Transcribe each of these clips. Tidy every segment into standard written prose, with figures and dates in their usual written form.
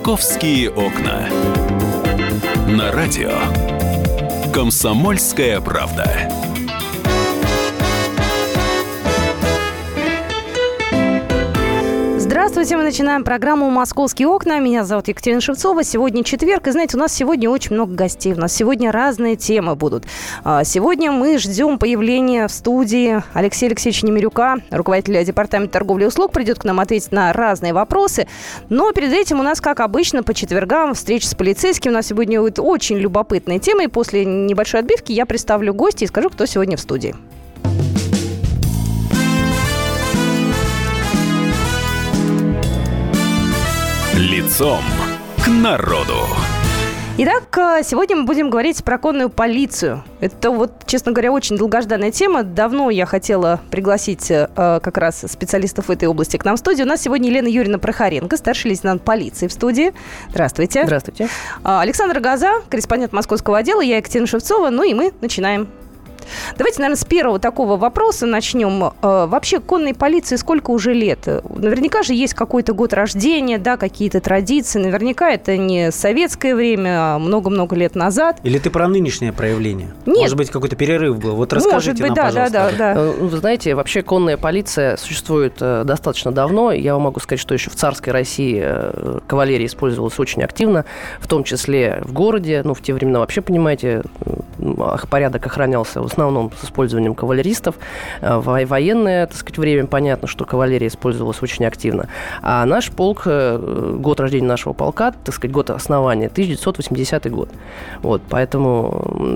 «Московские окна». На радио «Комсомольская правда». Здравствуйте, мы начинаем программу «Московские окна». Меня зовут Екатерина Шевцова. Сегодня четверг, и знаете, у нас сегодня очень много гостей. У нас сегодня разные темы будут. Сегодня мы ждем появления в студии Алексея Алексеевича Немирюка, руководителя департамента торговли и услуг. Придет к нам ответить на разные вопросы. Но перед этим у нас, как обычно, по четвергам встреча с полицейским. У нас сегодня будет очень любопытная тема. И после небольшой отбивки я представлю гостя и скажу, кто сегодня в студии. Лицом к народу. Итак, сегодня мы будем говорить про конную полицию. Это вот, честно говоря, очень долгожданная тема. Давно я хотела пригласить как раз специалистов в этой области к нам в студию. У нас сегодня Елена Юрьевна Прохоренко, старший лейтенант полиции в студии. Здравствуйте. Здравствуйте. Александр Гоза, корреспондент московского отдела. Я Екатерина Шевцова. Ну и мы начинаем. Давайте, наверное, с первого такого вопроса начнем. Вообще, конной полиции сколько уже лет? Наверняка же есть какой-то год рождения, да, какие-то традиции. Наверняка это не советское время, а много-много лет назад. Или ты про нынешнее проявление? Нет. Может быть, какой-то перерыв был? Вот расскажите нам, пожалуйста. Да. Вы знаете, вообще конная полиция существует достаточно давно. Я вам могу сказать, что еще в царской России кавалерия использовалась очень активно, в том числе в городе. Ну, в те времена вообще, понимаете, порядок охранялся в основном с использованием кавалеристов. Военное, так сказать, время, понятно, что кавалерия использовалась очень активно. А наш полк, год рождения нашего полка, так сказать, год основания, 1980 год. Вот, поэтому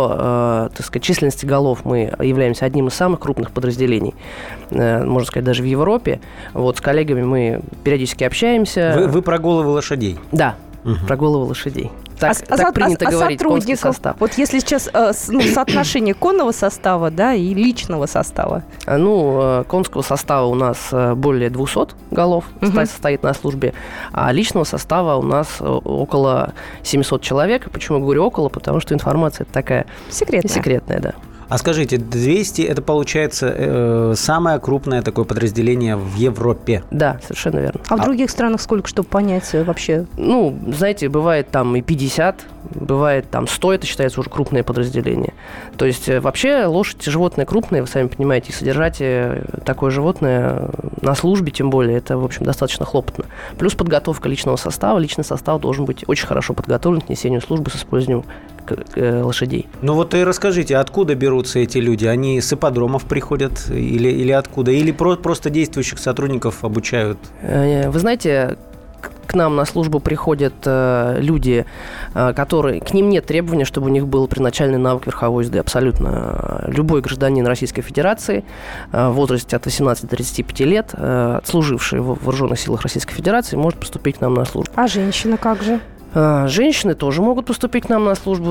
по, так сказать, численности голов мы являемся одним из самых крупных подразделений, можно сказать, даже в Европе. Вот, с коллегами мы периодически общаемся. Вы про головы лошадей? Да, про головы лошадей. Так принято говорить, конский состав. Вот если сейчас соотношение конного состава, да, и личного состава? Конского состава у нас более 200 голов состоит на службе, а личного состава у нас около 700 человек. Почему я говорю около? Потому что информация такая секретная, да. А скажите, 200 – это, получается, самое крупное такое подразделение в Европе? Да, совершенно верно. А в других странах сколько, чтобы понять вообще? Знаете, бывает там и 50, бывает там 100, это считается уже крупное подразделение. То есть, вообще, лошадь – животное крупное, вы сами понимаете, и содержать такое животное на службе, тем более, это, в общем, достаточно хлопотно. Плюс подготовка личного состава. Личный состав должен быть очень хорошо подготовлен к несению службы с использованием лошадей. Ну вот и расскажите, откуда берутся эти люди? Они с ипподромов приходят или откуда? Или просто действующих сотрудников обучают? Вы знаете, к нам на службу приходят люди, которые... К ним нет требования, чтобы у них был первоначальный навык верховой езды. Абсолютно любой гражданин Российской Федерации в возрасте от 18 до 35 лет, отслуживший в Вооруженных силах Российской Федерации, может поступить к нам на службу. А женщина как же? Женщины тоже могут поступить к нам на службу,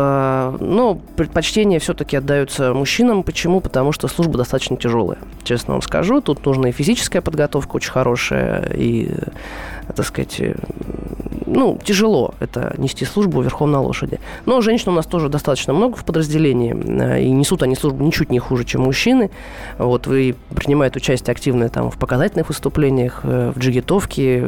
но предпочтение все-таки отдаются мужчинам. Почему? Потому что служба достаточно тяжелая, честно вам скажу. Тут нужна и физическая подготовка очень хорошая, и, так сказать, тяжело это нести службу верхом на лошади. Но женщин у нас тоже достаточно много в подразделении, и несут они службу ничуть не хуже, чем мужчины. Вот, и принимают участие активно там, в показательных выступлениях, в джигитовке,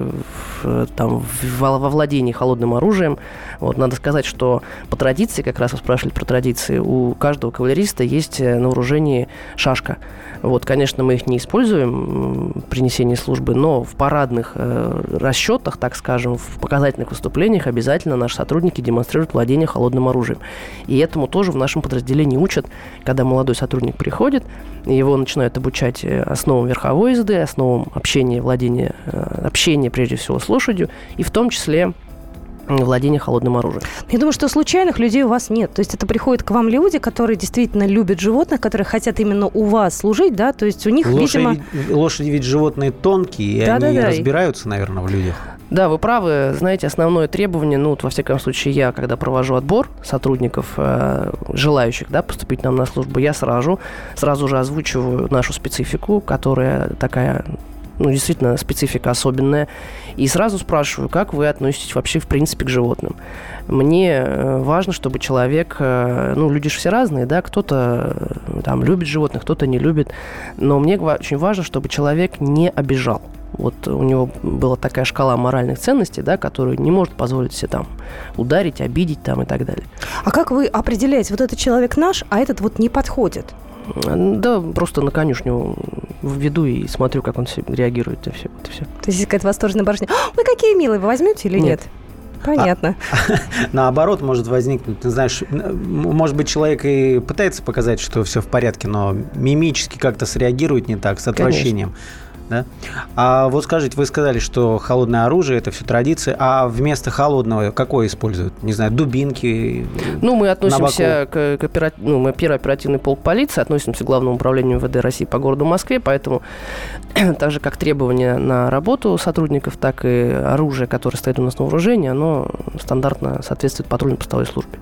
во владении холодным оружием. Вот, надо сказать, что по традиции, как раз вы спрашивали про традиции, у каждого кавалериста есть на вооружении шашка. Вот, конечно, мы их не используем при несении службы, но в парадных расчетах, так скажем, в показательных выступлениях обязательно наши сотрудники демонстрируют владение холодным оружием. И этому тоже в нашем подразделении учат, когда молодой сотрудник приходит, его начинают обучать основам верховой езды, основам общения, общения прежде всего с лошадью, и в том числе владение холодным оружием. Я думаю, что случайных людей у вас нет. То есть это приходят к вам люди, которые действительно любят животных, которые хотят именно у вас служить, да? То есть у них, видимо... Лошади ведь животные тонкие, и они разбираются, наверное, в людях. Да, вы правы. Знаете, основное требование, во всяком случае, я, когда провожу отбор сотрудников, желающих, поступить нам на службу, я сразу же озвучиваю нашу специфику, которая такая... действительно, специфика особенная. И сразу спрашиваю, как вы относитесь вообще, в принципе, к животным. Мне важно, чтобы человек... люди же все разные, да, кто-то там любит животных, кто-то не любит. Но мне очень важно, чтобы человек не обижал. Вот у него была такая шкала моральных ценностей, да, которую не может позволить себе там ударить, обидеть там и так далее. А как вы определяете, вот этот человек наш, а этот вот не подходит? Да, просто на конюшню введу и смотрю, как он реагирует, и все. Вот и все. То есть какая-то восторженная барышня. Вы какие милые, вы возьмете или нет? Понятно. Наоборот, может возникнуть, ты знаешь, может быть, человек и пытается показать, что все в порядке, но мимически как-то среагирует не так, с отвращением. Конечно. Да? А вот скажите, вы сказали, что холодное оружие – это все традиции, а вместо холодного какое используют? Не знаю, дубинки? Ну, мы относимся мы первый оперативный полк полиции, относимся к Главному управлению МВД России по городу Москве, поэтому так же, как требования на работу сотрудников, так и оружие, которое стоит у нас на вооружении, оно стандартно соответствует патрульно-постовой службе.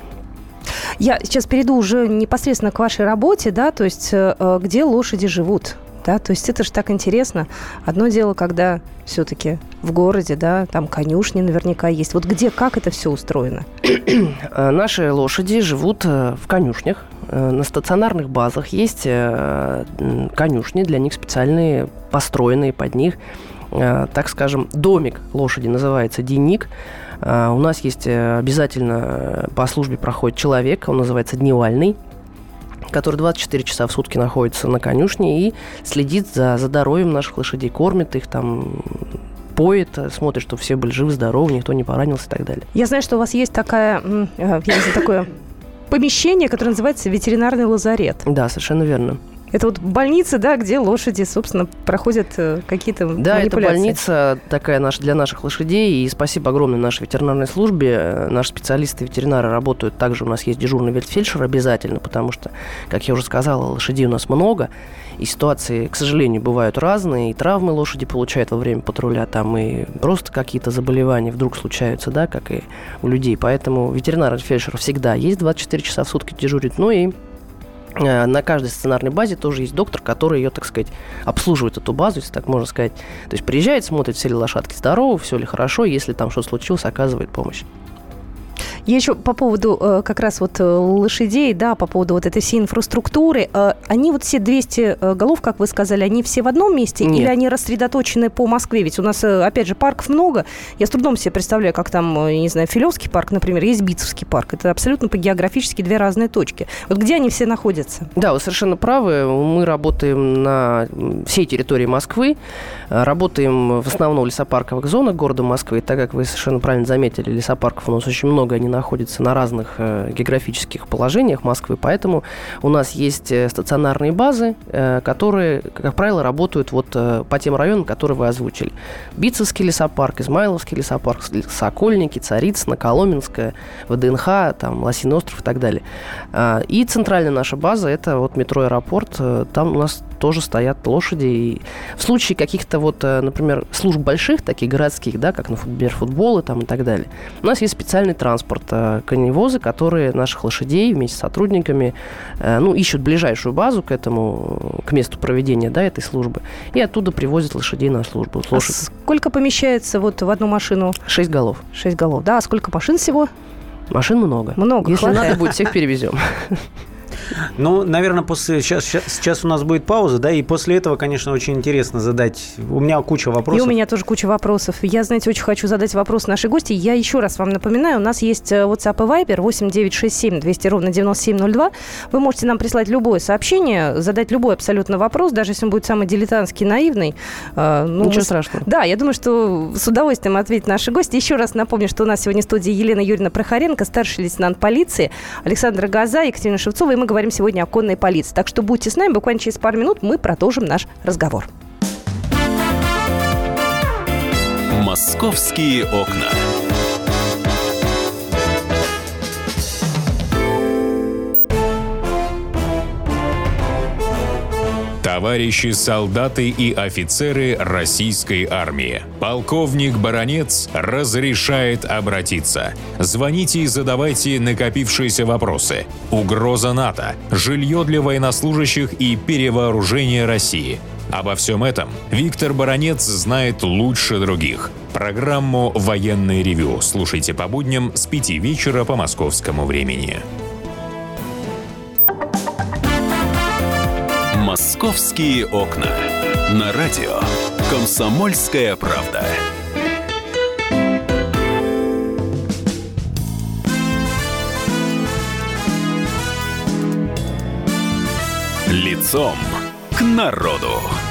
Я сейчас перейду уже непосредственно к вашей работе, да, то есть где лошади живут. Да, то есть это же так интересно. Одно дело, когда все-таки в городе, да, там конюшни наверняка есть. Вот где, как это все устроено? Наши лошади живут в конюшнях. На стационарных базах есть конюшни, для них специальные, построенные под них. Так скажем, домик лошади называется денник. У нас есть обязательно по службе проходит человек, он называется дневальный, который 24 часа в сутки находится на конюшне и следит за здоровьем наших лошадей, кормит их, там, поет, смотрит, чтобы все были живы-здоровы, никто не поранился и так далее. Я знаю, что у вас есть такое помещение, которое называется ветеринарный лазарет. Да, совершенно верно. Это вот больница, да, где лошади, собственно, проходят какие-то манипуляции. Да, это больница такая для наших лошадей. И спасибо огромное нашей ветеринарной службе. Наши специалисты-ветеринары работают. Также у нас есть дежурный ветфельдшер обязательно, потому что, как я уже сказала, лошадей у нас много. И ситуации, к сожалению, бывают разные. И травмы лошади получают во время патруля, там и просто какие-то заболевания вдруг случаются, да, как и у людей. Поэтому ветеринар-фельдшер всегда есть, 24 часа в сутки дежурит. Ну и на каждой стационарной базе тоже есть доктор, который ее, так сказать, обслуживает, эту базу, если так можно сказать. То есть приезжает, смотрит, все ли лошадки здоровы, все ли хорошо, если там что-то случилось, оказывает помощь. Я еще по поводу как раз вот лошадей, да, по поводу вот этой всей инфраструктуры. Они вот все 200 голов, как вы сказали, они все в одном месте? Нет. Или они рассредоточены по Москве? Ведь у нас, опять же, парков много. Я с трудом себе представляю, как там, не знаю, Филевский парк, например, есть Битцевский парк. Это абсолютно по-географически две разные точки. Вот где они все находятся? Да, вы совершенно правы. Мы работаем на всей территории Москвы. Работаем в основном в лесопарковых зонах города Москвы. Так как вы совершенно правильно заметили, лесопарков у нас очень много, они находятся на разных географических положениях Москвы, поэтому у нас есть стационарные базы, которые, как правило, работают вот по тем районам, которые вы озвучили. Битцевский лесопарк, Измайловский лесопарк, Сокольники, Царицыно, Коломенское, ВДНХ, там, Лосиный остров и так далее. И центральная наша база – это вот метро-аэропорт, там у нас тоже стоят лошади. И в случае каких-то вот, например, служб больших, таких городских, да, как, например, футболы там и так далее, у нас есть специальный транспорт, коневозы, которые наших лошадей вместе с сотрудниками ищут ближайшую базу к этому, к месту проведения, да, этой службы, и оттуда привозят лошадей на службу. Сколько помещается вот в одну машину? 6 голов. 6 голов, да. А сколько машин всего? Машин много. Много. Если надо будет, всех перевезем. Ну, наверное, сейчас у нас будет пауза, да, и после этого, конечно, очень интересно задать. У меня куча вопросов. И у меня тоже куча вопросов. Я, знаете, очень хочу задать вопрос нашей гости. Я еще раз вам напоминаю, у нас есть WhatsApp и Viber 8-967-200-97-02. Вы можете нам прислать любое сообщение, задать любой абсолютно вопрос, даже если он будет самый дилетантский, наивный. Ничего страшного. Да, я думаю, что с удовольствием ответят наши гости. Еще раз напомню, что у нас сегодня в студии Елена Юрьевна Прохоренко, старший лейтенант полиции, Александр Гоза, Екатерина Шевцова, и мы говорим сегодня о конной полиции. Так что будьте с нами, буквально через пару минут мы продолжим наш разговор. «Московские окна». Товарищи солдаты и офицеры российской армии, полковник Баранец разрешает обратиться. Звоните и задавайте накопившиеся вопросы. Угроза НАТО, жилье для военнослужащих и перевооружение России. Обо всем этом Виктор Баранец знает лучше других. Программу «Военное ревю» слушайте по будням с 5 вечера по московскому времени. «Московские окна» на радио «Комсомольская правда». Лицом к народу.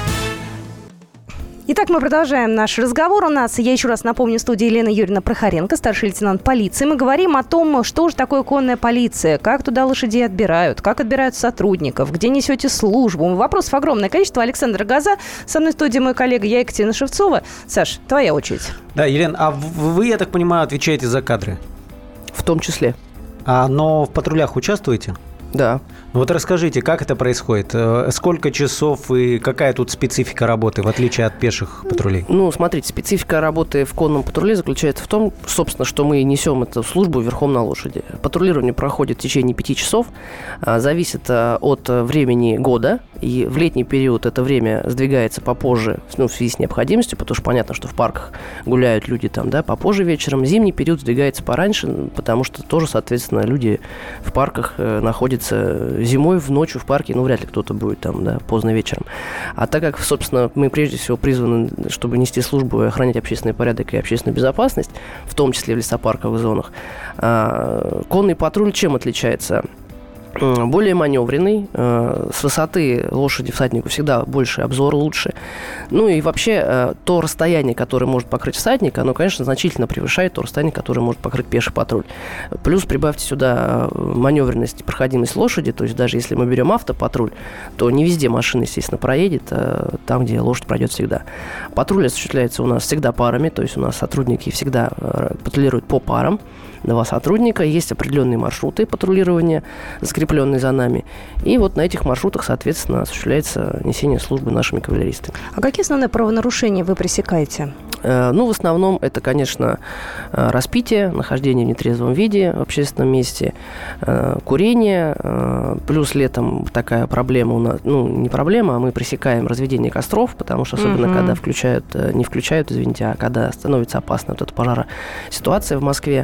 Итак, мы продолжаем наш разговор. У нас, я еще раз напомню, в студии Елена Юрьевна Прохоренко, старший лейтенант полиции. Мы говорим о том, что же такое конная полиция, как туда лошадей отбирают, как отбирают сотрудников, где несете службу. Вопросов огромное количество. Александр Газа, со мной в студии мой коллега, я Екатерина Шевцова. Саш, твоя очередь. Да, Елена, а вы, я так понимаю, отвечаете за кадры? В том числе. Но в патрулях участвуете? Да. Вот расскажите, как это происходит? Сколько часов и какая тут специфика работы, в отличие от пеших патрулей? Ну, смотрите, специфика работы в конном патруле заключается в том, собственно, что мы несем эту службу верхом на лошади. Патрулирование проходит в течение 5 часов, зависит от времени года, и в летний период это время сдвигается попозже, в связи с необходимостью, потому что понятно, что в парках гуляют люди там, да, попозже вечером. Зимний период сдвигается пораньше, потому что тоже, соответственно, люди в парках находятся зимой, в ночью в парке, вряд ли кто-то будет там, да, поздно вечером. А так как, собственно, мы прежде всего призваны, чтобы нести службу и охранять общественный порядок и общественную безопасность, в том числе в лесопарковых зонах, конный патруль чем отличается? Более маневренный, с высоты лошади всаднику всегда больше обзор, лучше. Ну и вообще то расстояние, которое может покрыть всадник, оно, конечно, значительно превышает то расстояние, которое может покрыть пеший патруль. Плюс прибавьте сюда маневренность и проходимость лошади, то есть даже если мы берем автопатруль, то не везде машина, естественно, проедет, там, где лошадь пройдет всегда. Патруль осуществляется у нас всегда парами, то есть у нас сотрудники всегда патрулируют по парам. 2 сотрудника, есть определенные маршруты патрулирования, закрепленные за нами. И вот на этих маршрутах, соответственно, осуществляется несение службы нашими кавалеристами. А какие основные правонарушения вы пресекаете? В основном это, конечно, распитие, нахождение в нетрезвом виде в общественном месте, курение, плюс летом такая проблема у нас, не проблема, а мы пресекаем разведение костров, потому что особенно когда не включают, извините, а когда становится опасна вот эта пожара ситуация в Москве.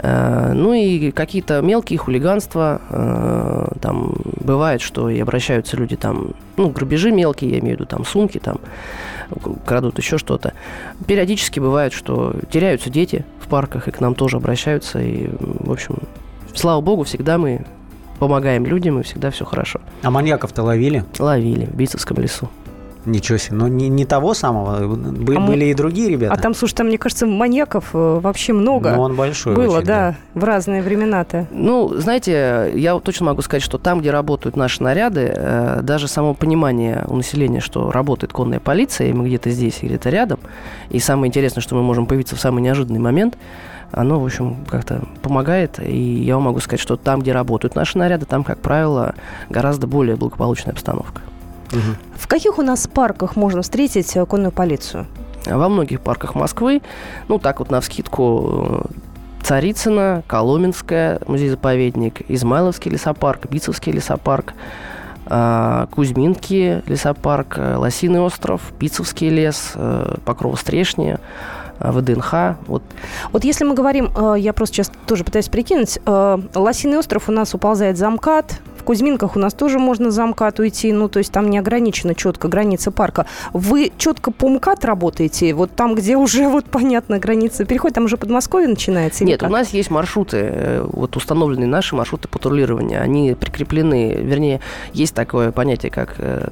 И какие-то мелкие хулиганства, там бывает, что и обращаются люди там, грабежи мелкие, я имею в виду, там сумки, там крадут еще что-то. Периодически бывает, что теряются дети в парках, и к нам тоже обращаются, и, в общем, слава богу, всегда мы помогаем людям, и всегда все хорошо. А маньяков-то ловили? Ловили в Битцевском лесу. Ничего себе. Но не того самого. Были и другие ребята. А там, слушай, там, мне кажется, маньяков вообще много. Но он большой. Было, очень, да, в разные времена-то. Знаете, я точно могу сказать, что там, где работают наши наряды, даже само понимание у населения, что работает конная полиция, и мы где-то здесь, где-то рядом, и самое интересное, что мы можем появиться в самый неожиданный момент, оно, в общем, как-то помогает. И я вам могу сказать, что там, где работают наши наряды, там, как правило, гораздо более благополучная обстановка. В каких у нас парках можно встретить конную полицию? Во многих парках Москвы, так вот навскидку, Царицыно, Коломенская, музей-заповедник, Измайловский лесопарк, Битцевский лесопарк, Кузьминки лесопарк, Лосиный остров, Битцевский лес, Покрово-Стрешня, ВДНХ. Вот если мы говорим, я просто сейчас тоже пытаюсь прикинуть, Лосиный остров у нас уползает за МКАД, в Кузьминках у нас тоже можно за МКАД уйти, то есть там не ограничена четко граница парка. Вы четко по МКАД работаете, вот там, где уже понятно граница переходит, там уже Подмосковье начинается? Нет, у нас есть маршруты, установленные наши маршруты патрулирования, они прикреплены, вернее, есть такое понятие, как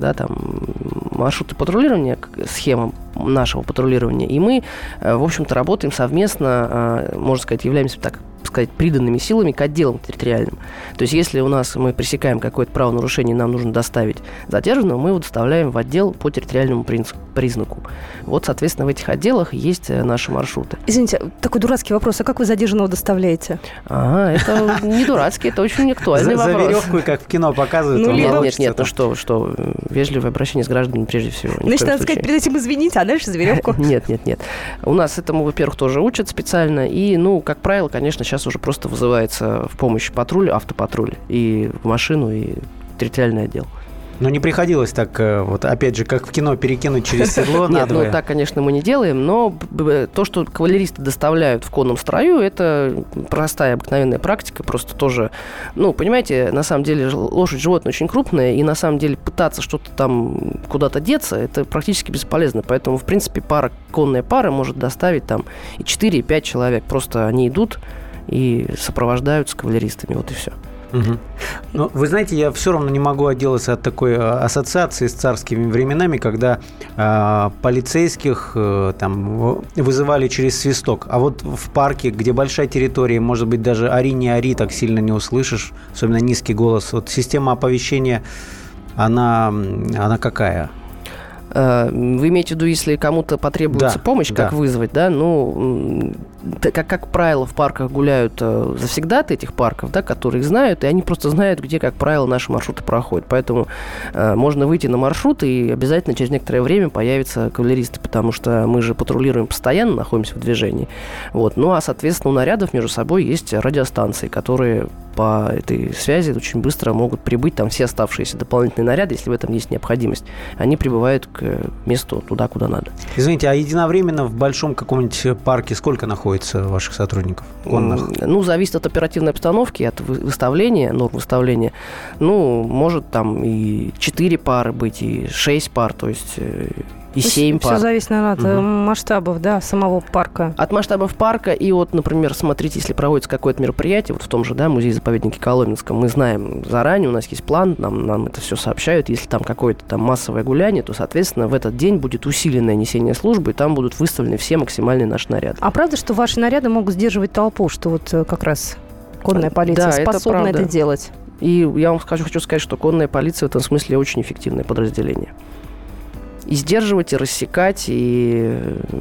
маршруты патрулирования, схема нашего патрулирования, и мы, в общем-то, работаем совместно, можно сказать, являемся, так сказать, приданными силами к отделам территориальным. То есть, если мы пресекаем какое-то правонарушение, нам нужно доставить задержанного, мы его доставляем в отдел по территориальному признаку. Соответственно, в этих отделах есть наши маршруты. Извините, такой дурацкий вопрос. А как вы задержанного доставляете? Это не дурацкий, это очень актуальный вопрос. За веревку, как в кино показывают. Нет, что, вежливое обращение с гражданами прежде всего. Значит, надо сказать перед этим извините, а дальше за веревку. Нет. У нас этому, во-первых, тоже учат специально, и, как правило, конечно, сейчас уже просто вызывается в помощь патруль, автопатруль, и в машину, и территориальный отдел. Но не приходилось так, вот опять же, как в кино, перекинуть через седло Нет, надвое? ну так, конечно, мы не делаем, но то, что кавалеристы доставляют в конном строю, это простая, обыкновенная практика, просто тоже, ну, понимаете, на самом деле лошадь животное очень крупное, и на самом деле пытаться что-то там куда-то деться, это практически бесполезно, поэтому, в принципе, конная пара может доставить там и 4, и 5 человек, просто они идут и сопровождаются кавалеристами, вот и все. Угу. Но вы знаете, я все равно не могу отделаться от такой ассоциации с царскими временами, когда полицейских там вызывали через свисток. А вот в парке, где большая территория, может быть, даже ори не ори, так сильно не услышишь, особенно низкий голос. Вот система оповещения, она какая? Вы имеете в виду, если кому-то потребуется помощь, как вызвать, да? Ну, как правило, в парках гуляют завсегдаты этих парков, да, которые их знают, и они просто знают, где, как правило, наши маршруты проходят. Поэтому можно выйти на маршрут, и обязательно через некоторое время появятся кавалеристы, потому что мы же патрулируем постоянно, находимся в движении. Вот. Ну, а, соответственно, у нарядов между собой есть радиостанции, которые по этой связи очень быстро могут прибыть, там все оставшиеся дополнительные наряды, если в этом есть необходимость, они прибывают к месту туда, куда надо. Извините, а единовременно в большом каком-нибудь парке сколько находится ваших сотрудников конных? Ну, зависит от оперативной обстановки, от выставления, норм выставления. Ну, может там и 4 пары быть, и 6 пар, то есть... И 7 пар. Все зависит, наверное, от масштабов, да, самого парка. От масштабов парка. И вот, например, смотрите, если проводится какое-то мероприятие, вот в том же, да, музее-заповеднике Коломенском, мы знаем заранее, у нас есть план, нам это все сообщают. Если там какое-то там массовое гуляние, то, соответственно, в этот день будет усиленное несение службы, и там будут выставлены все максимальные наши наряды. А правда, что ваши наряды могут сдерживать толпу, что вот как раз конная полиция способна это делать? И я вам хочу сказать, что конная полиция в этом смысле очень эффективное подразделение. И сдерживать, и рассекать, и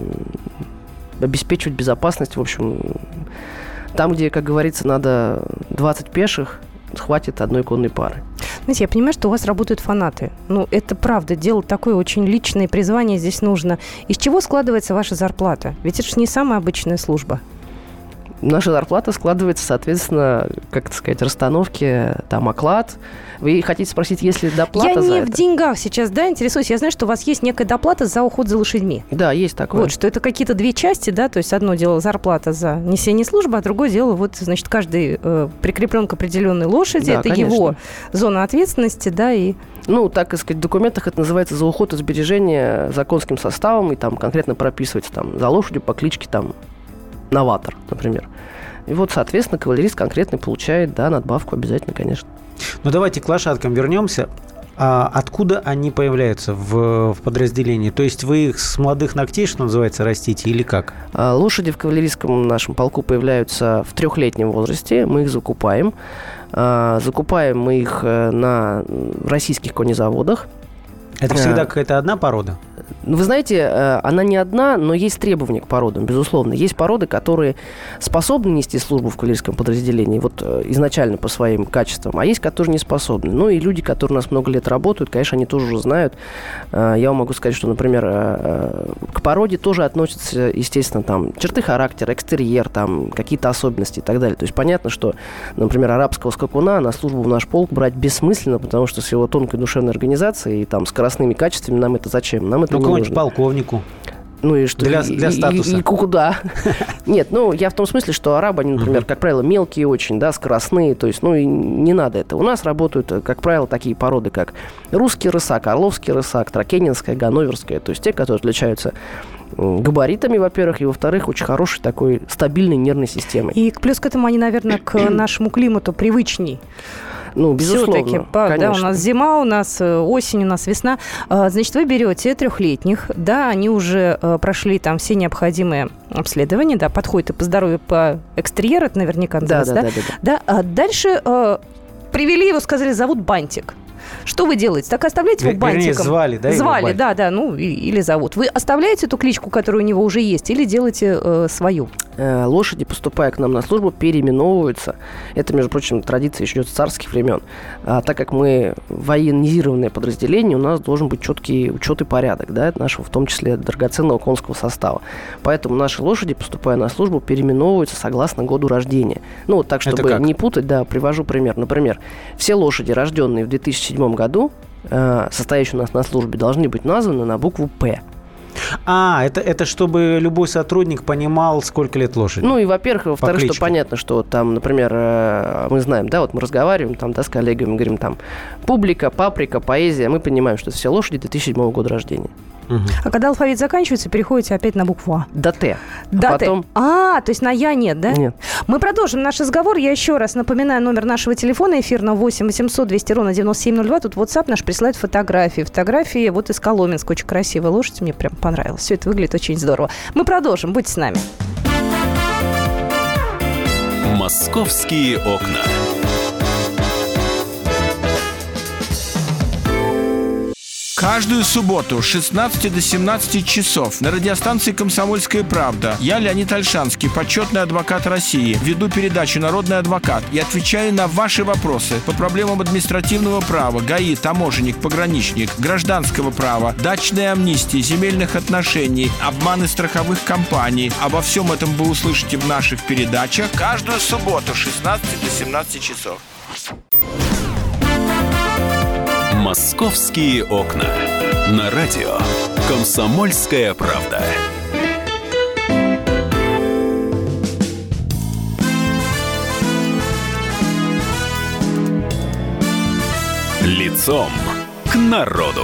обеспечивать безопасность. В общем, там, где, как говорится, надо 20 пеших, хватит одной конной пары. Знаете, я понимаю, что у вас работают фанаты. Ну, это правда, дело такое очень личное, призвание здесь нужно. Из чего складывается ваша зарплата? Ведь это же не самая обычная служба. Наша зарплата складывается, соответственно, как это сказать, расстановки, там, оклад. Вы хотите спросить, есть ли доплата за это? Я не в деньгах сейчас, да, интересуюсь. Я знаю, что у вас есть некая доплата за уход за лошадьми. Да, есть такое. Вот, что это какие-то две части, да, то есть одно дело зарплата за несение службы, а другое дело, вот, значит, каждый прикреплен к определенной лошади, да, это конечно. Его зона ответственности, да, и... Ну, так сказать, в документах это называется за уход и сбережение за конским составом, и там конкретно прописывается там за лошадью по кличке там Новатор, например. И вот, соответственно, кавалерист конкретно получает, да, надбавку обязательно, конечно. Ну, давайте к лошадкам вернемся. А откуда они появляются в подразделении? То есть вы их с молодых ногтей, что называется, растите или как? Лошади в кавалерийском нашем полку появляются в 3-летнем возрасте. Мы их закупаем. Закупаем мы их на российских конезаводах. Это всегда какая-то одна порода? Вы знаете, она не одна, но есть требования к породам, безусловно. Есть породы, которые способны нести службу в кавалерийском подразделении, вот изначально по своим качествам, а есть, которые не способны. Ну и люди, которые у нас много лет работают, конечно, они тоже уже знают. Я вам могу сказать, что, например, к породе тоже относятся, естественно, там, черты характера, экстерьер, там, какие-то особенности и так далее. То есть понятно, что, например, арабского скакуна на службу в наш полк брать бессмысленно, потому что с его тонкой душевной организацией и там скоростными качествами нам это зачем? Нам это не нужно. Полковнику. Ну и что? Для статуса. И куда? Нет, ну я в том смысле, что арабы, они, например, как правило, мелкие очень, да, скоростные, то есть, ну и не надо это. У нас работают, как правило, такие породы, как русский рысак, орловский рысак, тракенинская, ганноверская, то есть те, которые отличаются габаритами, во-первых, и, во-вторых, очень хорошей такой стабильной нервной системой. И плюс к этому они, наверное, к нашему климату привычней. Ну, безусловно, все-таки, да, у нас зима, у нас осень, у нас весна. Значит, вы берете 3-летних, да, они уже прошли там все необходимые обследования, да, подходят и по здоровью, по экстерьеру, это наверняка называется, да? А дальше привели его, сказали, зовут Бантик. Что вы делаете? Так оставляете его Бантиком? Вернее, звали, да? Звали, да, ну, или зовут. Вы оставляете эту кличку, которая у него уже есть, или делаете свою? Лошади, поступая к нам на службу, переименовываются. Это, между прочим, традиция еще с царских времен. Так как мы военизированное подразделение, у нас должен быть четкий учет и порядок, да, нашего, в том числе, драгоценного конского состава. Поэтому наши лошади, поступая на службу, переименовываются согласно году рождения. Ну, вот так, чтобы не путать, да, привожу пример. Например, все лошади, рожденные в 2007 году, состоящие у нас на службе, должны быть названы на букву «П». Это чтобы любой сотрудник понимал, сколько лет лошади. Ну и, во-первых, во-вторых, что понятно, что там, например, мы знаем, да, вот мы разговариваем там, да, с коллегами, говорим там публика, паприка, поэзия, мы понимаем, что это все лошади 2007 года рождения. А когда алфавит заканчивается, переходите опять на букву А. До Т. Потом... то есть на Я нет, да? Нет. Мы продолжим наш разговор. Я еще раз напоминаю номер нашего телефона эфирного 8 800 200 ровно 9702. Тут WhatsApp наш присылает фотографии. Фотографии вот из Коломенска. Очень красивая лошадь. Мне прям понравилось. Все это выглядит очень здорово. Мы продолжим. Будьте с нами. «Московские окна». Каждую субботу с 16 до 17 часов на радиостанции «Комсомольская правда» я, Леонид Ольшанский, почетный адвокат России, веду передачу «Народный адвокат» и отвечаю на ваши вопросы по проблемам административного права, ГАИ, таможенник, пограничник, гражданского права, дачной амнистии, земельных отношений, обманы страховых компаний. Обо всем этом вы услышите в наших передачах каждую субботу с 16 до 17 часов. «Московские окна». На радио «Комсомольская правда». Лицом к народу.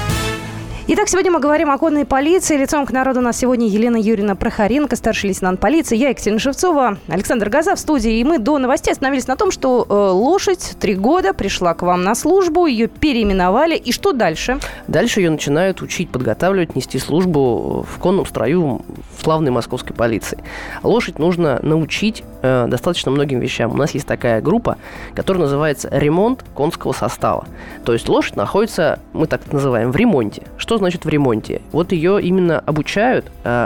Итак, сегодня мы говорим о конной полиции. Лицом к народу у нас сегодня Елена Юрьевна Прохоренко, старший лейтенант полиции. Я, Екатерина Шевцова, Александр Гоза в студии. И мы до новостей остановились на том, что лошадь 3 года пришла к вам на службу, ее переименовали. И что дальше? Дальше ее начинают учить, подготавливать, нести службу в конном строю славной московской полиции. Лошадь нужно научить достаточно многим вещам. У нас есть такая группа, которая называется «Ремонт конского состава». То есть лошадь находится, мы так это называем, в ремонте. Что значит в ремонте? Вот ее именно обучают,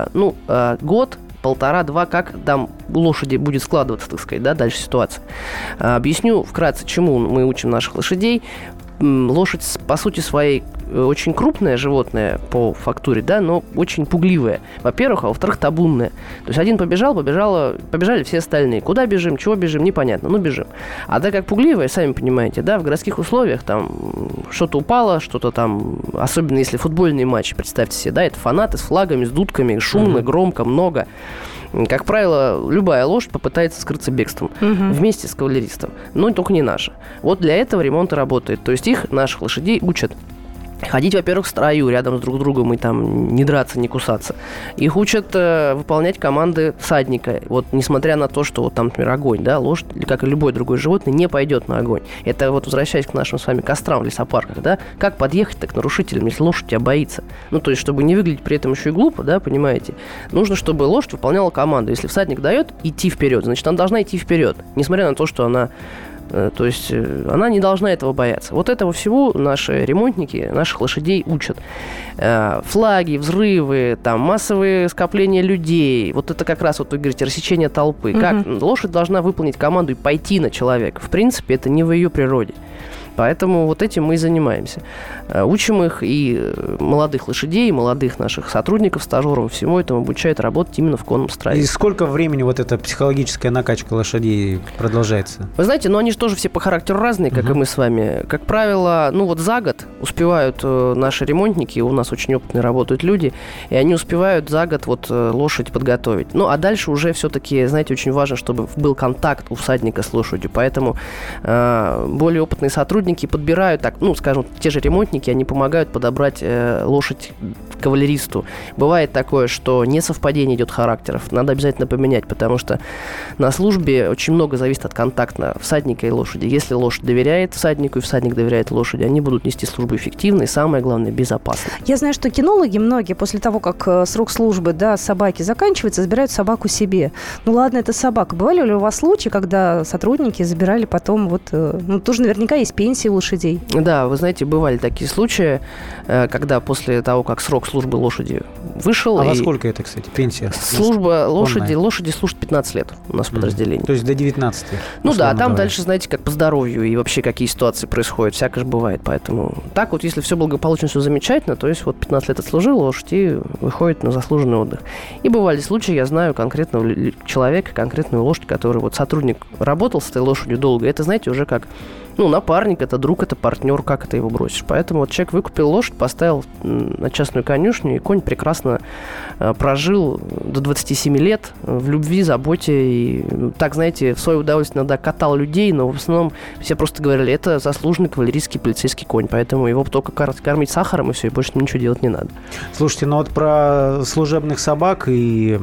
год, полтора-два, как там у лошади будет складываться, так сказать, да, дальше ситуация. Объясню вкратце, чему мы учим наших лошадей. Лошадь, по сути своей, очень крупное животное по фактуре, да, но очень пугливое, во-первых, а во-вторых, табунное. То есть один побежали все остальные. Куда бежим, чего бежим, непонятно, бежим. А так как пугливое, сами понимаете, да, в городских условиях там что-то упало, что-то там, особенно если футбольные матчи, представьте себе, да, это фанаты с флагами, с дудками, шумно, громко, много. Как правило, любая лошадь попытается скрыться бегством вместе с кавалеристом, но только не наша. Вот для этого ремонт и работает. То есть их, наших лошадей, учат ходить, во-первых, в строю рядом с друг другом и там не драться, не кусаться. Их учат выполнять команды всадника. Вот несмотря на то, что вот там, например, огонь, да, лошадь, как и любое другое животное, не пойдет на огонь. Это вот возвращаясь к нашим с вами кострам в лесопарках, да, как подъехать-то к нарушителям, если лошадь тебя боится? Ну, то есть, чтобы не выглядеть при этом еще и глупо, да, понимаете, нужно, чтобы лошадь выполняла команду. Если всадник дает идти вперед, значит, она должна идти вперед, несмотря на то, что она... То есть она не должна этого бояться. Вот этого всего наши ремонтники наших лошадей учат. Флаги, взрывы, там, массовые скопления людей. Вот это как раз, вот вы говорите, рассечение толпы. Как лошадь должна выполнить команду и пойти на человека. В принципе, это не в ее природе. Поэтому вот этим мы и занимаемся. Учим их и молодых лошадей, и молодых наших сотрудников, стажеров, всему этому обучают работать именно в конном строе. И сколько времени вот эта психологическая накачка лошадей продолжается? Вы знаете, они же тоже все по характеру разные, как и мы с вами. Как правило, за год успевают наши ремонтники, у нас очень опытные работают люди, и они успевают за год лошадь подготовить. А дальше уже все-таки, знаете, очень важно, чтобы был контакт у всадника с лошадью, поэтому более опытные сотрудники подбирают, те же ремонтники, они помогают подобрать лошадь кавалеристу. Бывает такое, что несовпадение идет характеров, надо обязательно поменять, потому что на службе очень много зависит от контакта всадника и лошади. Если лошадь доверяет всаднику и всадник доверяет лошади, они будут нести службу эффективно и, самое главное, безопасно. Я знаю, что кинологи многие после того, как срок службы собаки заканчивается, забирают собаку себе. Ладно, это собака. Бывали ли у вас случаи, когда сотрудники забирали потом тоже наверняка есть пенсия у лошадей? Да, вы знаете, бывали такие случаи, когда после того, как срок службы лошади вышел... А во сколько это, кстати, пенсия? Служба лошади служат 15 лет у нас в подразделении. То есть до 19? Там дальше, знаете, как по здоровью и вообще какие ситуации происходят, всякое же бывает. Поэтому так если все благополучно, все замечательно, то есть 15 лет отслужил, лошадь и выходит на заслуженный отдых. И бывали случаи, я знаю конкретного человека, конкретную лошадь, который сотрудник работал с этой лошадью долго. Это, знаете, уже как напарник, это друг, это партнер, как это его бросишь? Поэтому вот человек выкупил лошадь, поставил на частную конюшню, и конь прекрасно прожил до 27 лет в любви, заботе. И так, знаете, в свое удовольствие иногда катал людей, но в основном все просто говорили, это заслуженный кавалерийский полицейский конь, поэтому его только кормить сахаром, и все, и больше ничего делать не надо. Слушайте, вот про служебных собак и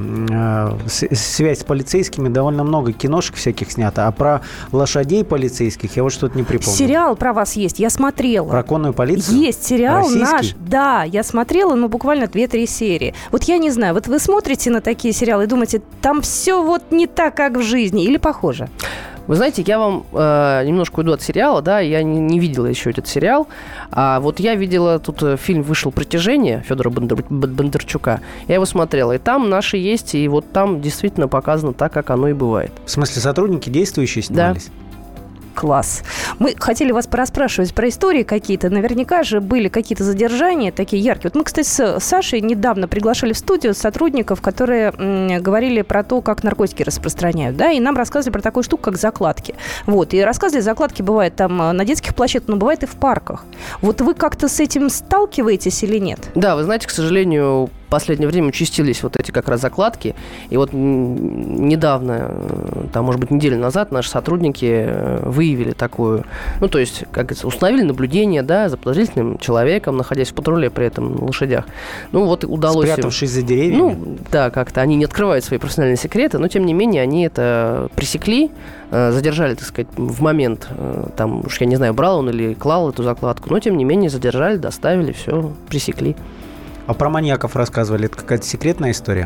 связь с полицейскими довольно много киношек всяких снято, а про лошадей полицейских я вот что-то не припомню. Сериал про вас есть, я смотрела. Про конную полицию? Есть сериал российский? наш. Да, я смотрела, буквально 2-3 серии. Вот я не знаю, вот вы смотрите на такие сериалы и думаете, там все вот не так, как в жизни, или похоже? Вы знаете, я вам немножко уйду от сериала, да, я не видела еще этот сериал, а вот я видела, тут фильм вышел «Притяжение» Федора Бондарчука, я его смотрела, и там наши есть, и вот там действительно показано так, как оно и бывает. В смысле, сотрудники действующие снимались? Да. Класс. Мы хотели вас порасспрашивать про истории какие-то. Наверняка же были какие-то задержания такие яркие. Вот мы, кстати, с Сашей недавно приглашали в студию сотрудников, которые говорили про то, как наркотики распространяют, да, и нам рассказывали про такую штуку, как закладки. Вот, и рассказывали, закладки бывают там на детских площадках, но бывает и в парках. Вот вы как-то с этим сталкиваетесь или нет? Да, вы знаете, к сожалению, в последнее время участились вот эти как раз закладки. И вот недавно, там, может быть, неделю назад наши сотрудники выявили такую, то есть, как говорится, установили наблюдение, да, за подозрительным человеком, находясь в патруле при этом на лошадях. Вот удалось... Спрятавшись за деревьями? Да, как-то они не открывают свои профессиональные секреты, но, тем не менее, они это пресекли, задержали, так сказать, в момент, там, уж я не знаю, брал он или клал эту закладку, но, тем не менее, задержали, доставили, все, пресекли. А про маньяков рассказывали, это какая-то секретная история?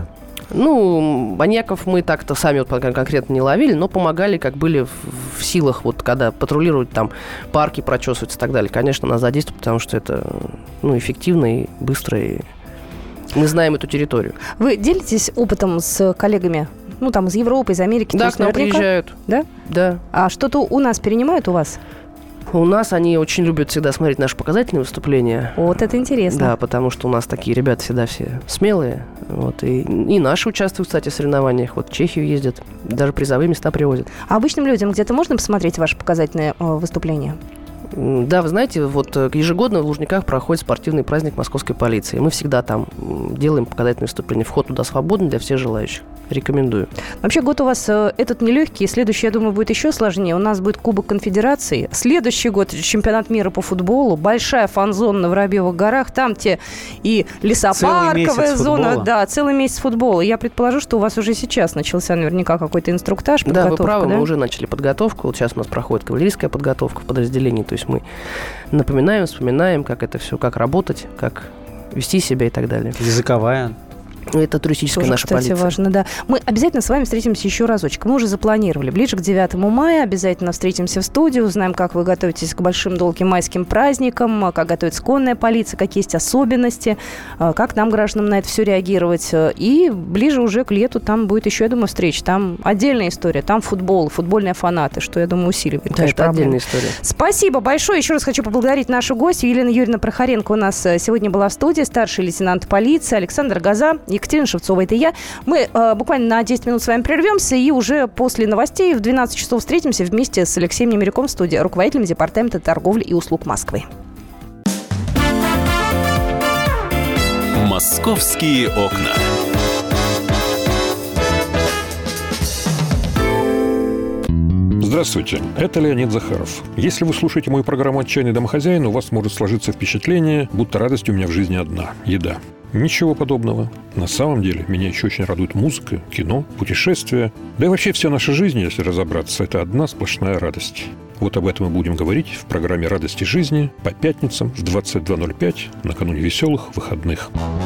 Маньяков мы так-то сами вот конкретно не ловили, но помогали, как были в силах, вот когда патрулируют там парки, прочесываются и так далее. Конечно, нас задействуют, потому что это эффективно и быстро, и мы знаем эту территорию. Вы делитесь опытом с коллегами? Там из Европы, из Америки? Да, к нам приезжают. Да? Да. А что-то у нас перенимают у вас? У нас они очень любят всегда смотреть наши показательные выступления. Вот это интересно. Да, потому что у нас такие ребята всегда все смелые. И наши участвуют, кстати, в соревнованиях. Вот в Чехию ездят, даже призовые места привозят. А обычным людям где-то можно посмотреть ваши показательные выступления? Да, вы знаете, ежегодно в Лужниках проходит спортивный праздник московской полиции. Мы всегда там делаем показательные выступления. Вход туда свободный для всех желающих. Рекомендую. Вообще, год у вас этот нелегкий. Следующий, я думаю, будет еще сложнее. У нас будет Кубок Конфедерации. Следующий год чемпионат мира по футболу. Большая фан-зона на Воробьевых горах. Там и лесопарковая зона. Да, целый месяц футбола. Я предположу, что у вас уже сейчас начался наверняка какой-то инструктаж, подготовка. Да, вы правы, мы уже начали подготовку. Вот сейчас у нас проходит кавалерийская подготовка в подразделении. То есть мы напоминаем, вспоминаем, как это все, как работать, как вести себя и так далее. Языковая. Это туристическая тоже, наша кстати, полиция. Важно, да. Мы обязательно с вами встретимся еще разочек. Мы уже запланировали. Ближе к 9 мая обязательно встретимся в студии, узнаем, как вы готовитесь к большим долгим майским праздникам, как готовится конная полиция, какие есть особенности, как нам, гражданам, на это все реагировать. И ближе уже к лету там будет еще, я думаю, встреча. Там отдельная история, там футбол, футбольные фанаты, что, я думаю, усиливает. Да, это отдельная история. Спасибо большое. Еще раз хочу поблагодарить нашу гостью. Елена Юрьевна Прохоренко у нас сегодня была в студии, старший лейтенант полиции, Александр Гоза, Екатерина Шевцова. Это я. Мы буквально на 10 минут с вами прервемся и уже после новостей в 12 часов встретимся вместе с Алексеем Немиряком в студии, руководителем Департамента торговли и услуг Москвы. «Московские окна». Здравствуйте, это Леонид Захаров. Если вы слушаете мою программу «Отчаянный домохозяин», у вас может сложиться впечатление, будто радость у меня в жизни одна – еда. Ничего подобного. На самом деле, меня еще очень радует музыка, кино, путешествия. Да и вообще вся наша жизнь, если разобраться, это одна сплошная радость. Вот об этом мы будем говорить в программе «Радости жизни» по пятницам в 22:05 накануне веселых выходных.